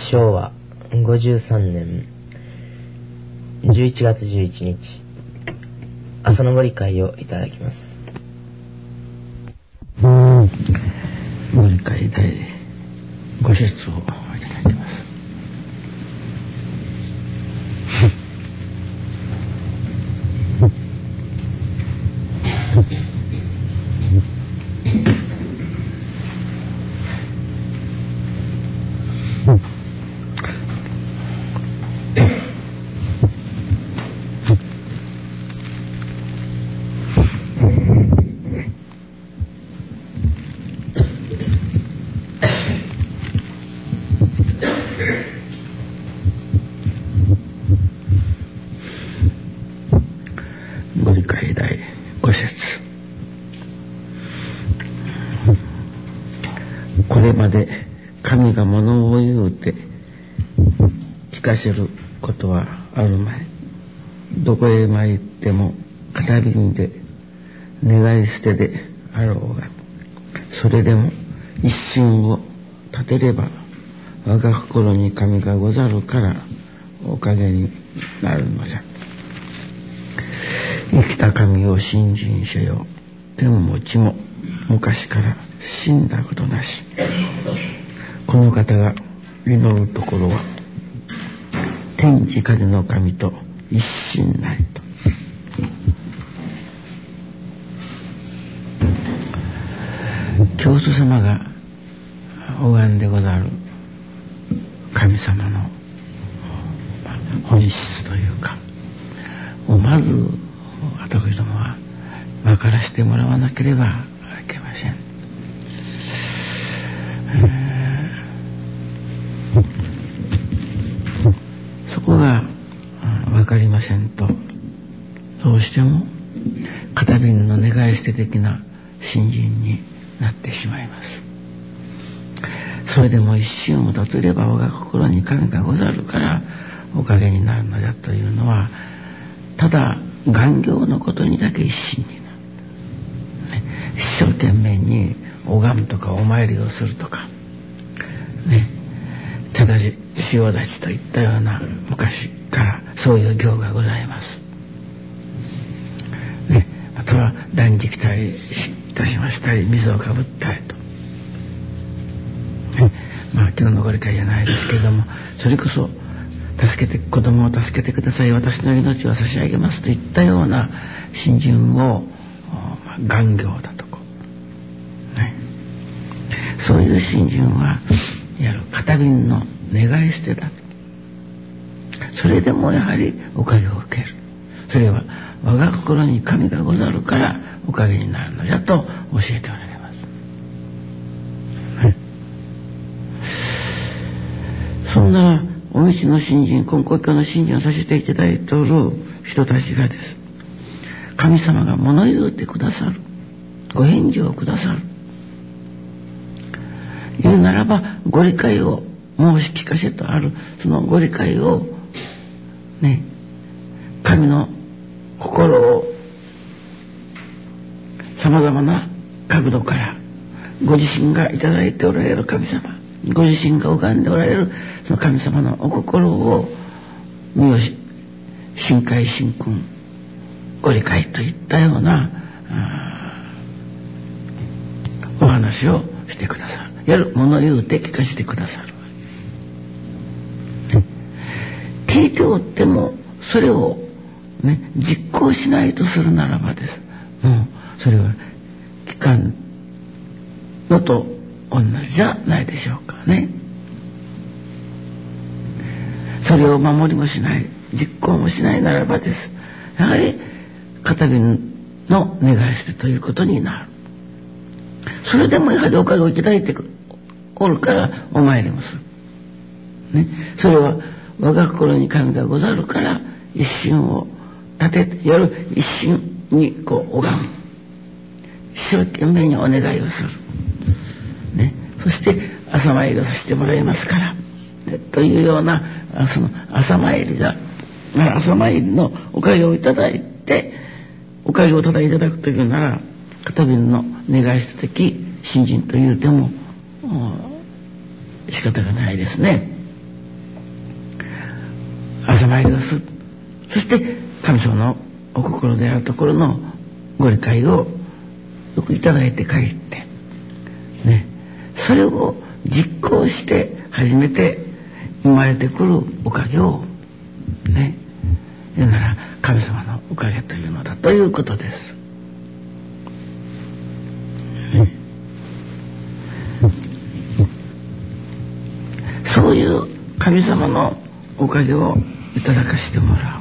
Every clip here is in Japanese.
昭和53年11月11日朝のぼり会をいただきます。 ご理解第5節をいただきます。ご理解第5節。これまで神が物を言うて聞かせることはあるまい。どこへ参っても片瓶で願い捨てであろうが、それでも一心を立てれば我が心に神がござるからおかげになるのじゃ。生きた神を信心せよ。天も地も昔から死んだことなし。この方が祈るところは天地風の神と一心なりと。教祖様が拝んでござる神様の本質というかをまず私どもは分からせてもらわなければいけません。そこが分かりませんと、どうしても片瓶の願い捨て的な信心になってしまいます。それでも一心を立てれば我が心に神がござるからおかげになるのだというのは、ただ願行のことにだけ一心になる、一生懸命に拝むとかお参りをするとかね、ただし塩立ちといったような昔からそういう行がございますね。あとは断食したりいたしましたり、水をかぶったりと、昨日のご理解じゃないですけれども、それこそ子供を助けてください、私の命を差し上げますといったような信心を願行だとこ、そういう信心はいわゆる片瓶の願い捨てだと。それでもやはりおかげを受ける。それは我が心に神がござるからおかげになるのじゃと教えておられます。そんなお道の信心、根高教の信心をさせていただいておる人たちがです、神様が物言うてくださる、ご返事をくださる、言うならばご理解を申し聞かせとある、そのご理解をね、神の心をさまざまな角度からご自身がいただいておられる神様、ご自身が拝んでおられるその神様のお心を見よし、信解信君ご理解といったようなお話をしてくださる、やる物言うて聞かせてくださる。聞いておってもそれを実行しないとするならばです、それは聞かんのと同じじゃないでしょうかね。それを守りもしない、実行もしないならばです、やはり片瓶の願い捨てということになる。それでもやはりおかげをいただいておるからお参りもする、それは我が心に神がござるから一心を立ててやる、一心に拝む、一生懸命にお願いをする、そして朝参りをさせてもらいますからというような、その朝参りのおかげをいただいて、おかげをただいただくというなら片瓶の願い捨て的信心というても仕方がないですね。 参りをする。そして神様のお心であるところのご理解をよくいただいて帰ってね、それを実行して初めて生まれてくるおかげをね、言うなら神様のおかげというのだということです、ね、そういう神様のおかげをいただかせてもら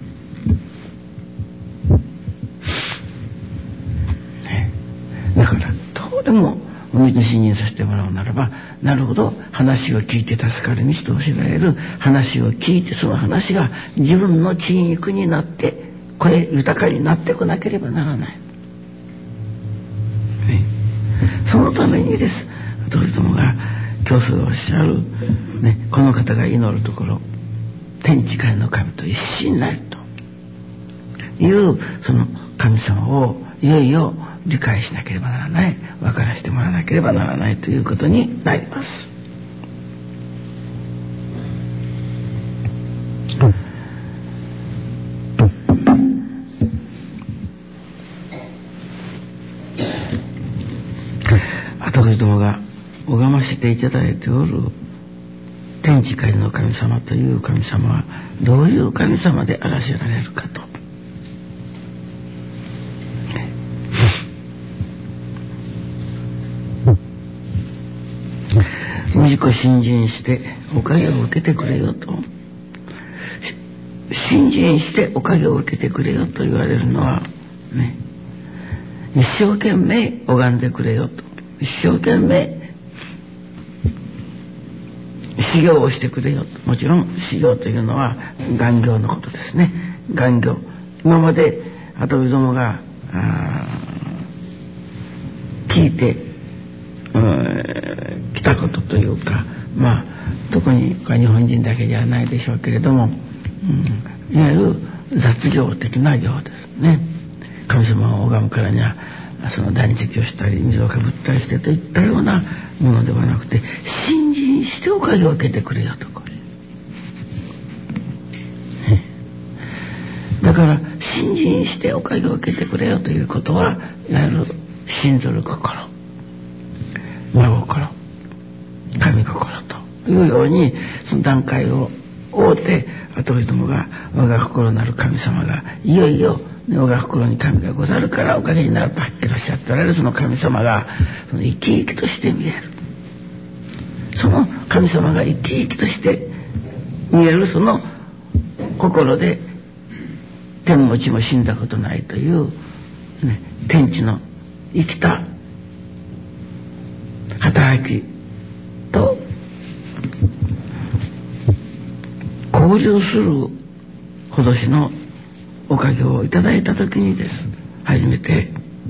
う、ね、だからどうでもお水に信任させてもらうならば、なるほど、話を聞いて助かる道と教えられる話を聞いて、その話が自分の血肉になって声豊かになってこなければならない、ね、そのためにです。私どもが教祖がおっしゃる、ね、この方が祈るところ、天地界の神と一心になるというその神様をいよいよ理解しなければならない、分からせてもらわなければならないということになります。私どもが拝ませていただいておる天地界の神様という神様はどういう神様であらせられるかと、自己信心しておかげを受けてくれよと、信心しておかげを受けてくれよと言われるのはね、一生懸命拝んでくれよと、一生懸命修行をしてくれよと。もちろん修行というのは願行のことですね。願行、今まで跡部どもが聞いて来たことというか、まあ特に日本人だけではないでしょうけれども、いわゆる雑行的な行ですね。神様を拝むからにはその断食をしたり水をかぶったりしてといったようなものではなくて、信心しておかげを受けてくれよと、これだから信心しておかげを受けてくれよということは、いわゆる信ずる心、真心、神心というように、その段階を追うて跡部どもが我が心なる神様がいよいよ我が心に神がござるからおかげになるとはっきりおっしゃっておられるその神様がその生き生きとして見える、その神様が生き生きとして見えるその心で、天も地も死んだことないという、ね、天地の生きた働きと交流するほしのおかげをいただいたときにです、初めて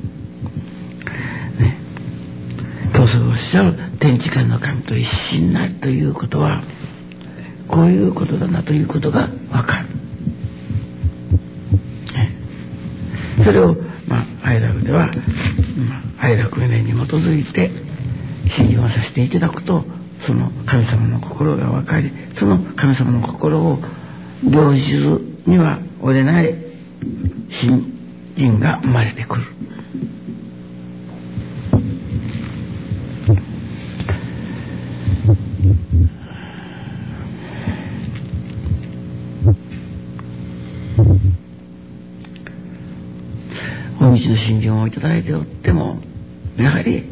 ね、教祖がおっしゃる天地界の神と一心になるということはこういうことだなということがわかる、ね、それを愛楽では、愛楽理念に基づいて信心をさせていただくと、その神様の心が分かり、その神様の心を領じずには折れない信心が生まれてくる。お道の信心をいただいておっても、やはり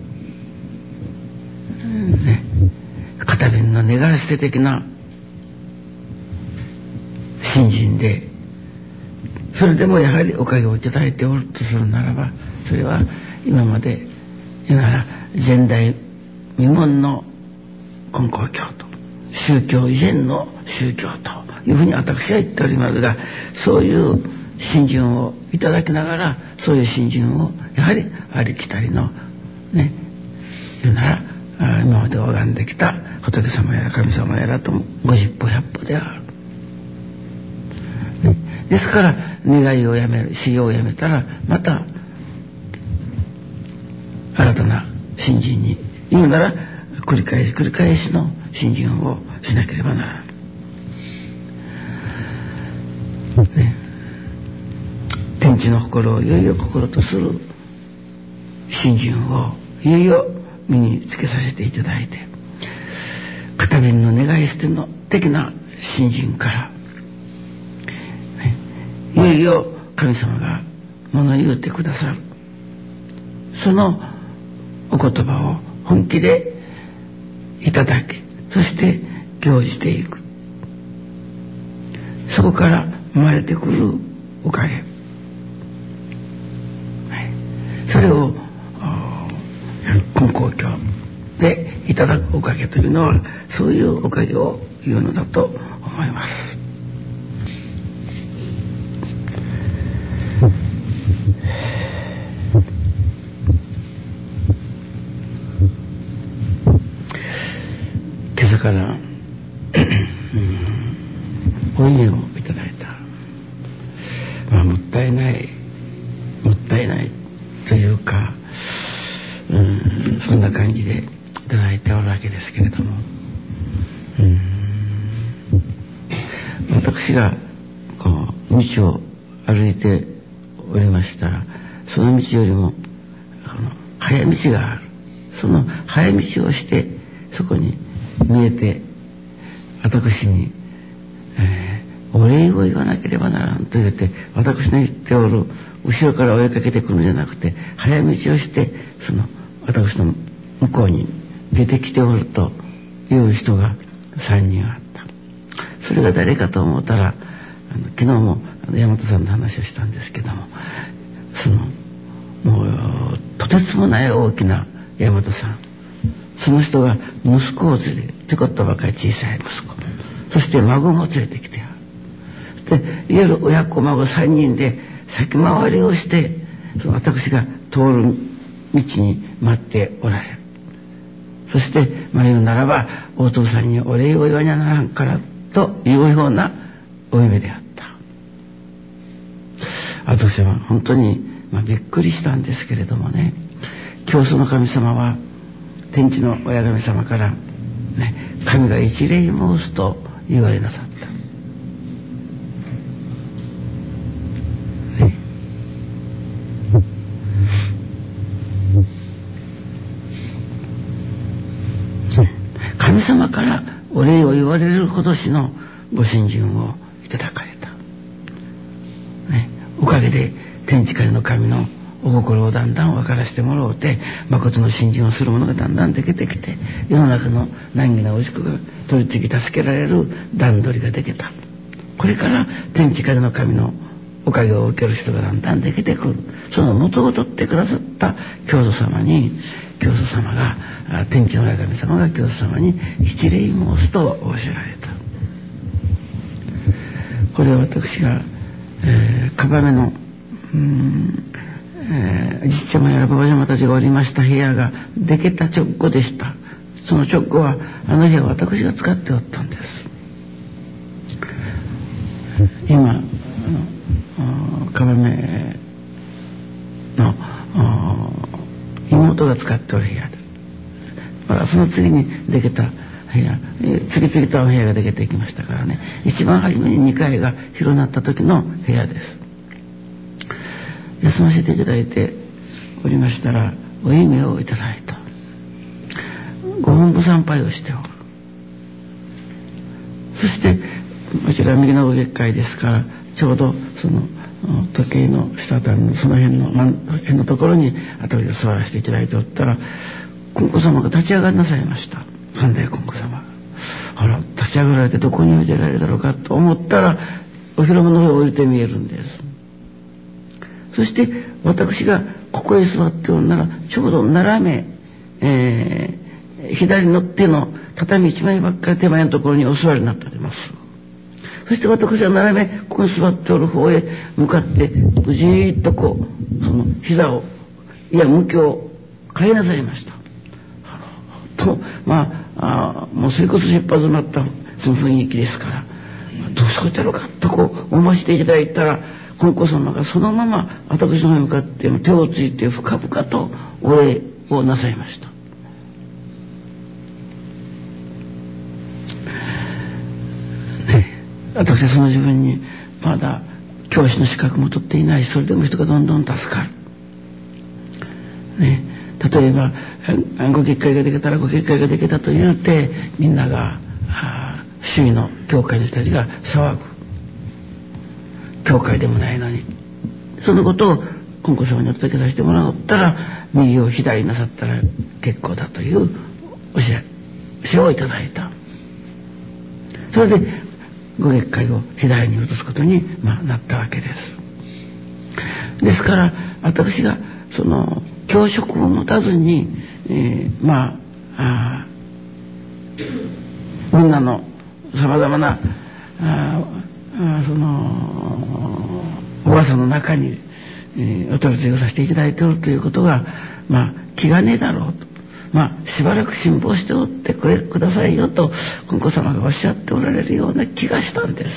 片弁の願わせ的な信心で、それでもやはりおかげをいただいておるとするならば、それは今まで言うなら前代未聞の根高教と宗教以前の宗教というふうに私は言っておりますが、そういう信心をいただきながら、そういう信心をやはりありきたりのね、言うなら今まで拝んできた仏様やら神様やらとも50歩100歩である、ね、ですから願いをやめる、修行をやめたらまた新たな信心に、言うなら繰り返し繰り返しの信心をしなければならない。 ね、天地の心をいよいよ心とする信心をいよいよ身につけさせていただいて、片瓶の願い捨ての的な信心から、ね、いよいよ神様が物言うてくださる、そのお言葉を本気でいただき、そして行じていく、そこから生まれてくるおかげ、それを根高教でいただくおかげというのは、そういうおかげを言うのだと思います。今朝からお稲をいただいた、もったいないというか、そんな感じでいただいておるわけですけれども、私がこう道を歩いておりましたら、その道よりも早道がある。その早道をしてそこに見えて、私に、お礼を言わなければならんと言って、私の言っておる後ろから追いかけてくるのじゃなくて、早道をしてその私の向こうに出てきておるという人が3人あった。それが誰かと思ったら、昨日も大和さんの話をしたんですけども、もうとてつもない大きな大和さん、その人が息子を連れ、ちょこっとばかり小さい息子、そして孫も連れてきてある。で、いわゆる親子孫3人で先回りをして、その私が通る道に待っておられる。そして言うならば、お父さんにお礼を言わにゃならんからというようなお夢であった。私は本当に、びっくりしたんですけれどもね、教祖の神様は天地の親神様から、ね、神が一礼申すと言われなさった、ね、神様からお礼を言われるほどしのご信心をいただかれた、ね、おかげで天地界の神のお心をだんだん分からせてもらおうて、誠の信心をする者がだんだんできてきて、世の中の難儀なおしくが取り次ぎ助けられる段取りができた。これから天地界の神のおかげを受ける人がだんだんできてくる。その元を取ってくださった教祖様に、教祖様が、天地の親神様が教祖様に一礼申すとおっしゃられた。これは私が、カバメのじっちゃまやらばばちゃまたちがおりました部屋ができた直後でした。その直後はあの部屋は私が使っておったんです。今カバメの妹が使っておる部屋で、その次にできた部屋、次々と部屋ができていきましたからね、一番初めに2階が広なった時の部屋です。休ませていただいておりましたら、お夢をいただいた。ご本部参拝をしておる。そしてこちら右の月階ですから、ちょうどその時計の下段のその辺のところに私が座らせていただいておったら、金子様が立ち上がりなさいました。三代金子様。あら、立ち上がられてどこに置いてられるだろうかと思ったら、お広間の上を降りて見えるんです。そして私がここへ座っておるなら、ちょうど斜め、左の手の畳一枚ばっかり手前のところにお座りになっております。そして私は斜めここに座っておる方へ向かってじーっとこうその膝を向きを変えなさいました。ともうそれこそ切羽詰まったその雰囲気ですから、どうされたのかとこう思わせていただいたら、金子様がそのまま私の方に向かって手をついて深々とお礼をなさいました。ね、私はその自分にまだ教師の資格も取っていないし、それでも人がどんどん助かる、ね、例えばご結界ができたらご結界ができたと言うてみんなが周囲の教会の人たちが騒ぐ。教会でもないのにそのことを金光様にお届けさせてもらったら、右を左になさったら結構だという教えをいただいた。それでご結界を左に移すことに、なったわけです。ですから私がその教職を持たずに、みんなのさまざまなそのお噂の中に、お取り次ぎをさせていただいておるということが、気がねえだろうと、しばらく辛抱しておってくださいよと金光様がおっしゃっておられるような気がしたんです、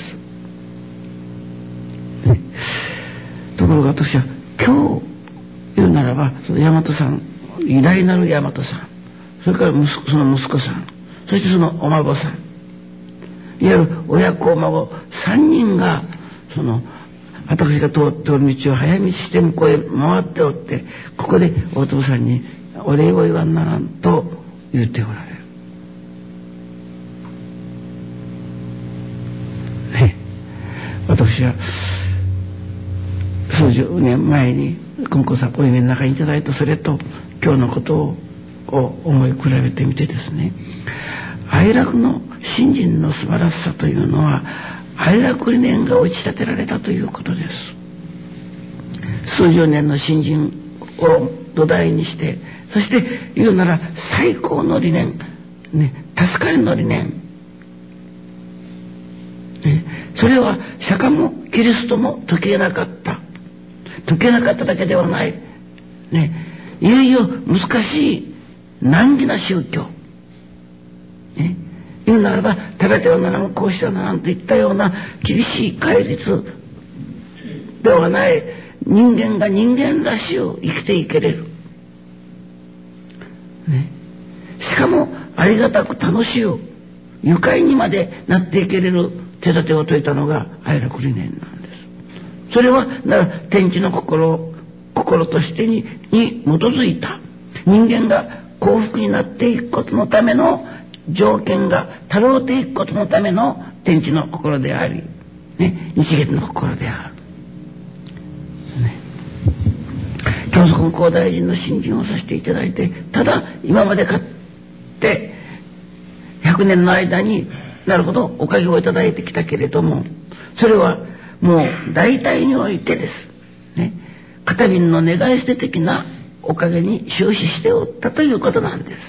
ね、ところが私は今日言うならば、その大和さん、偉大なる大和さん、それからその息子さん、そしてそのお孫さん、いわゆる親子お孫3人がその私が通っておる道を早道して向こうへ回っておって、ここで大友さんにお礼を言わんならんと言っておられる、ね、私は数十年前に金光さんお夢の中にいただいたそれと今日のことを思い比べてみてですね、愛楽の信心の素晴らしさというのは愛楽理念が打ち立てられたということです。数十年の信心を土台にして、そして言うなら最高の理念、助かりの理念、それは釈迦もキリストも解けなかっただけではない、いよいよ難しい難儀な宗教、言うならば食べてはならんこうしてはならんといったような厳しい戒律ではない、人間が人間らしく生きていけれる、しかもありがたく楽しく愉快にまでなっていけれる手立てを説いたのが愛楽理念なんです。それは天地の心としてに基づいた、人間が幸福になっていくことのための条件がたろうていくことのための天地の心であり、日月の心である、教祖金光大臣の信心をさせていただいて、ただ今まで買って100年の間になるほどおかげをいただいてきたけれども、それはもう大体においてです、片輪の願い捨て的なおかげに終始しておったということなんです。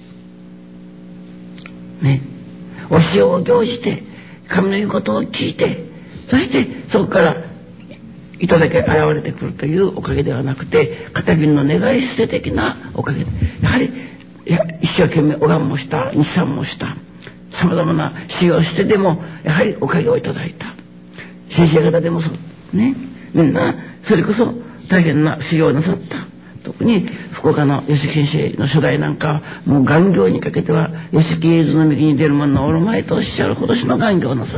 教えを行じて神の言うことを聞いて、そしてそこからいただけ現れてくるというおかげではなくて、片輪の願い捨て的なおかげ、やはり一生懸命拝んもした日産もしたさまざまな修行してでもやはりおかげをいただいた先生方でもそうみんなそれこそ大変な修行をなさった。特に福岡の吉木先生の初代なんかはもう願行にかけては吉木絵図の右に出る者のおるまいとおっしゃるほどしの願行をなさった。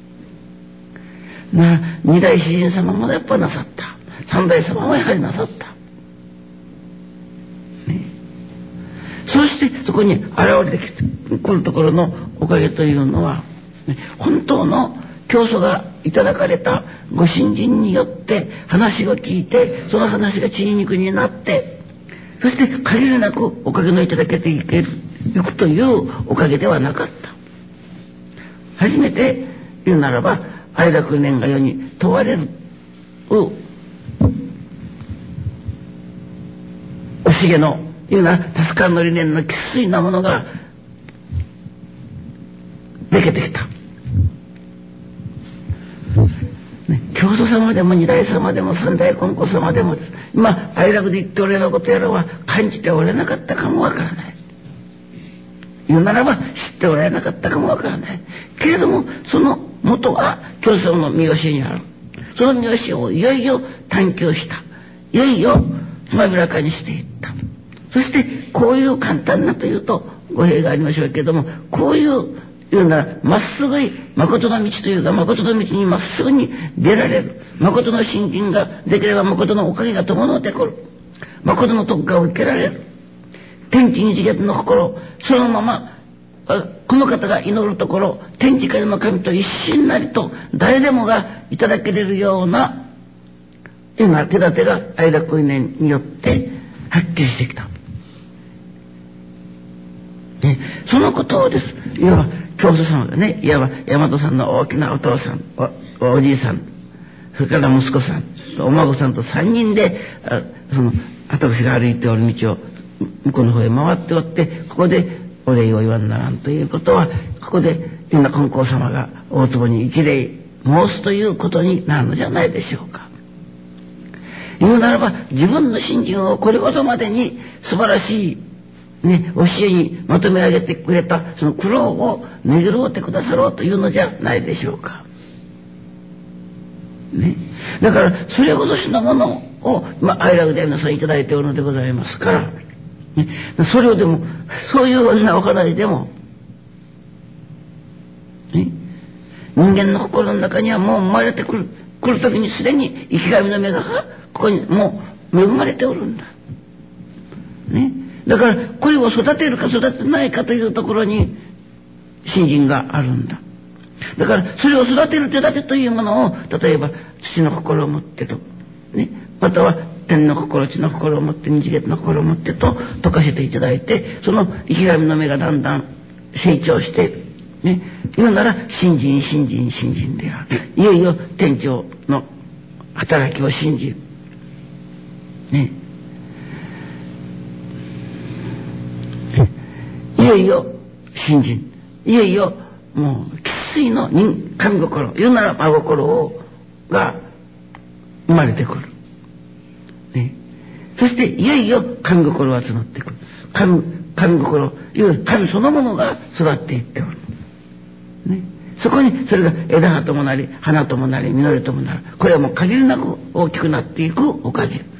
二代詩人様もやっぱなさった。三代様もやはりなさった、そしてそこに現れてくるところのおかげというのは、本当の教祖がいただかれたご信心によって話を聞いて、その話が血肉になって、そして限りなくおかげのいただけていくというおかげではなかった。初めて言うならば愛楽理念が世に問われるおしげのいうな助かるの理念の生粋なものができてきた、教祖様でも二代様でも三代金光様でもです、今愛楽で言っておられることやらは感じておられなかったかもわからない、言うならば知っておられなかったかもわからないけれども、その元は教祖様の見教えにある。その見教えをいよいよ探求した、いよいよつまびらかにしていった。そしてこういう簡単なというと語弊がありましょうけれども、こういう言うなら、まっすぐに、誠の道というか、誠の道にまっすぐに出られる。誠の信心ができれば、誠のおかげが伴ってくる。誠の徳が受けられる。天地日月の心、そのまま、この方が祈るところ、天地界の神と一心なりと、誰でもがいただけれるような、今、手立てが愛楽理念によって、はっきりしてきた。ね、そのことをです。いわば、教祖様がね、いわば、大和さんの大きなお父さん、おじいさん、それから息子さん、お孫さんと3人で、私が歩いておる道を、向こうの方へ回っておって、ここでお礼を言わんならんということは、ここで、みんな金光様が大坪に一礼申すということになるのじゃないでしょうか。言うならば、自分の信心をこれほどまでに素晴らしい、ね、教えにまとめ上げてくれた、その苦労をねぎろうてくださろうというのじゃないでしょうか。ね。だから、それほどしのものを、愛楽で皆さんいただいておるのでございますから、ね、それをでも、そういうようなお話でも、ね、人間の心の中にはもう生まれてくる時にすでに生き神の目が、ここにもう恵まれておるんだ。ね。だから、これを育てるか育てないかというところに、信心があるんだ。だから、それを育てる手立てというものを、例えば、土の心を持ってと、ね、または、天の心、地の心を持って、日月の心を持ってと、説かせていただいて、その生き神の目がだんだん成長して、ね、言うなら、信心である。いよいよ、天長の働きを信じる。ね。いよいよ信心、いよいよもう生粋の神心、言うなら真心が生まれてくる、ね、そしていよいよ神心は募ってくる。神心、いわゆる神そのものが育っていっておる、ね、そこにそれが枝葉ともなり花ともなり実りともなる。これはもう限りなく大きくなっていくおかげ、ね、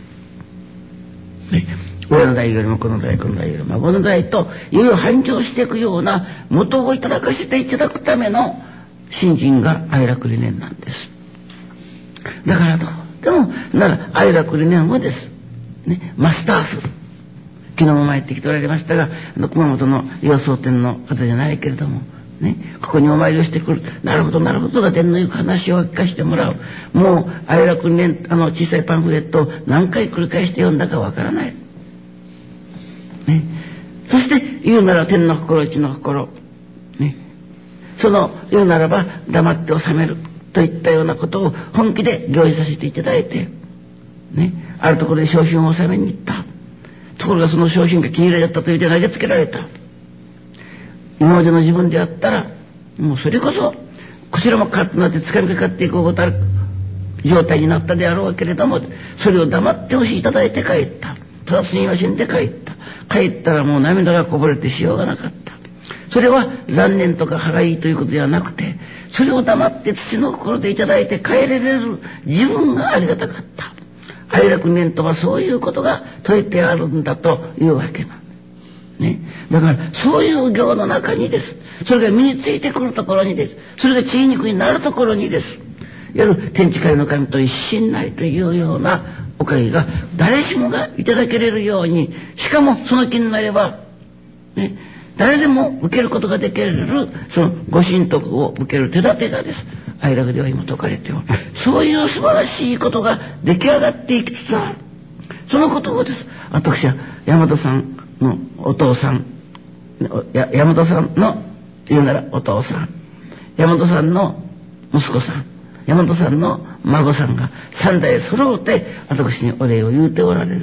親の代よりもこの代、この代よりも孫の代という繁盛していくような元をいただかせていただくための信心が愛楽理念なんです。だからどうでもなら愛楽理念をです、ね、マスターする。昨日も参ってきておられましたが、熊本の洋装店の方じゃないけれども、ね、ここにお参りをしてくる。なるほどなるほどが天の行く話を聞かせてもらう。もう愛楽理念小さいパンフレットを何回繰り返して読んだかわからない。ね、そして言うなら天の心、地の心、ね、その言うならば黙って収めるといったようなことを本気で行事させていただいて、ね、あるところで商品を納めに行った。ところがその商品が気に入られたというで投げつけられた。今までの自分であったらもうそれこそこちらもカッとなって掴みかかっていくごたる状態になったであろうけれども、それを黙っておしいただいて帰った。ただすみませんで帰ったらもう涙がこぼれてしようがなかった。それは残念とか歯がいいということではなくて、それを黙って土の心でいただいて帰れる自分がありがたかった。愛楽念とはそういうことが説いてあるんだというわけなんですね。だからそういう行の中にです、それが身についてくるところにです、それが血肉になるところにです、いわゆる天地界の神と一心なりというようなおかげが誰しもがいただけれるように、しかもその気になれば、ね、誰でも受けることができるそのご神徳を受ける手立てがです、愛楽では今説かれておる。そういう素晴らしいことが出来上がっていきつつある。そのことをです、私は大和さんのお父さん、大和さんの言うならお父さん、大和さんの息子さん、大和さんの孫さんが三代揃うて私にお礼を言うておられる、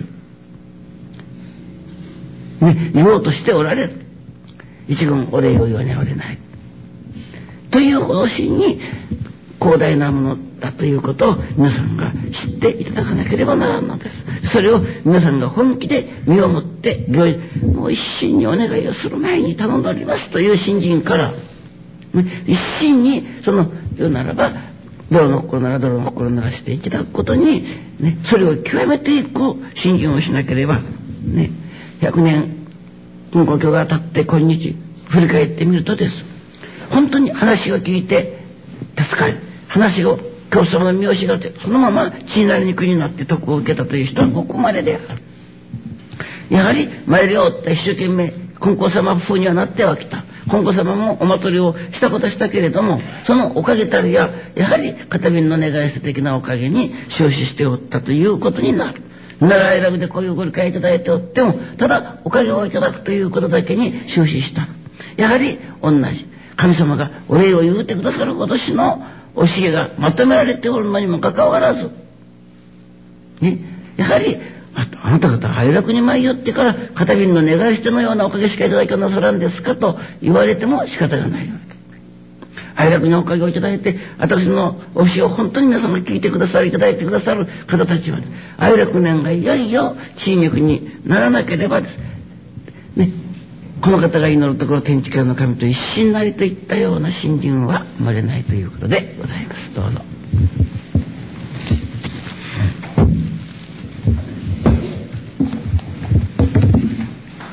ね、言おうとしておられる。一言お礼を言わねおれないという方針に広大なものだということを皆さんが知っていただかなければならんのです。それを皆さんが本気で身をもってもう一心にお願いをする前に頼んでおりますという信心から、一心にその言うならば泥の心なら泥の心ならしていただくことに、ね、それを極めていく信心をしなければ、ね、100年金光教が当たって今日振り返ってみるとです、 本当に話を聞いて助かり、話を教祖様の見教えがあってそのまま血なり肉になって徳を受けたという人はごく稀である。やはり参りを追って一生懸命金光様風にはなってはきた。金光様もお祭りをしたことはしたけれども、そのおかげたるやはり片瓶の願い捨て的なおかげに終始しておったということになる。なら楽でこういうご理解いただいておっても、ただおかげをいただくということだけに終始した。やはり同じ神様がお礼を言うてくださる今年の教えがまとめられておるのにもかかわらず、ね、やはりあなた方は哀楽に舞い寄ってから片瓶の願い捨てのようなおかげしかいただきなさらんですかと言われても仕方がないのです。哀楽におかげをいただいて私の教えを本当に皆様が聞いてくださるいただいてくださる方たちは、ね、哀楽年がいよいよ沈黙にならなければですね、この方が祈るところ天地からの神と一心なりといったような信心は生まれないということでございます。どうぞ。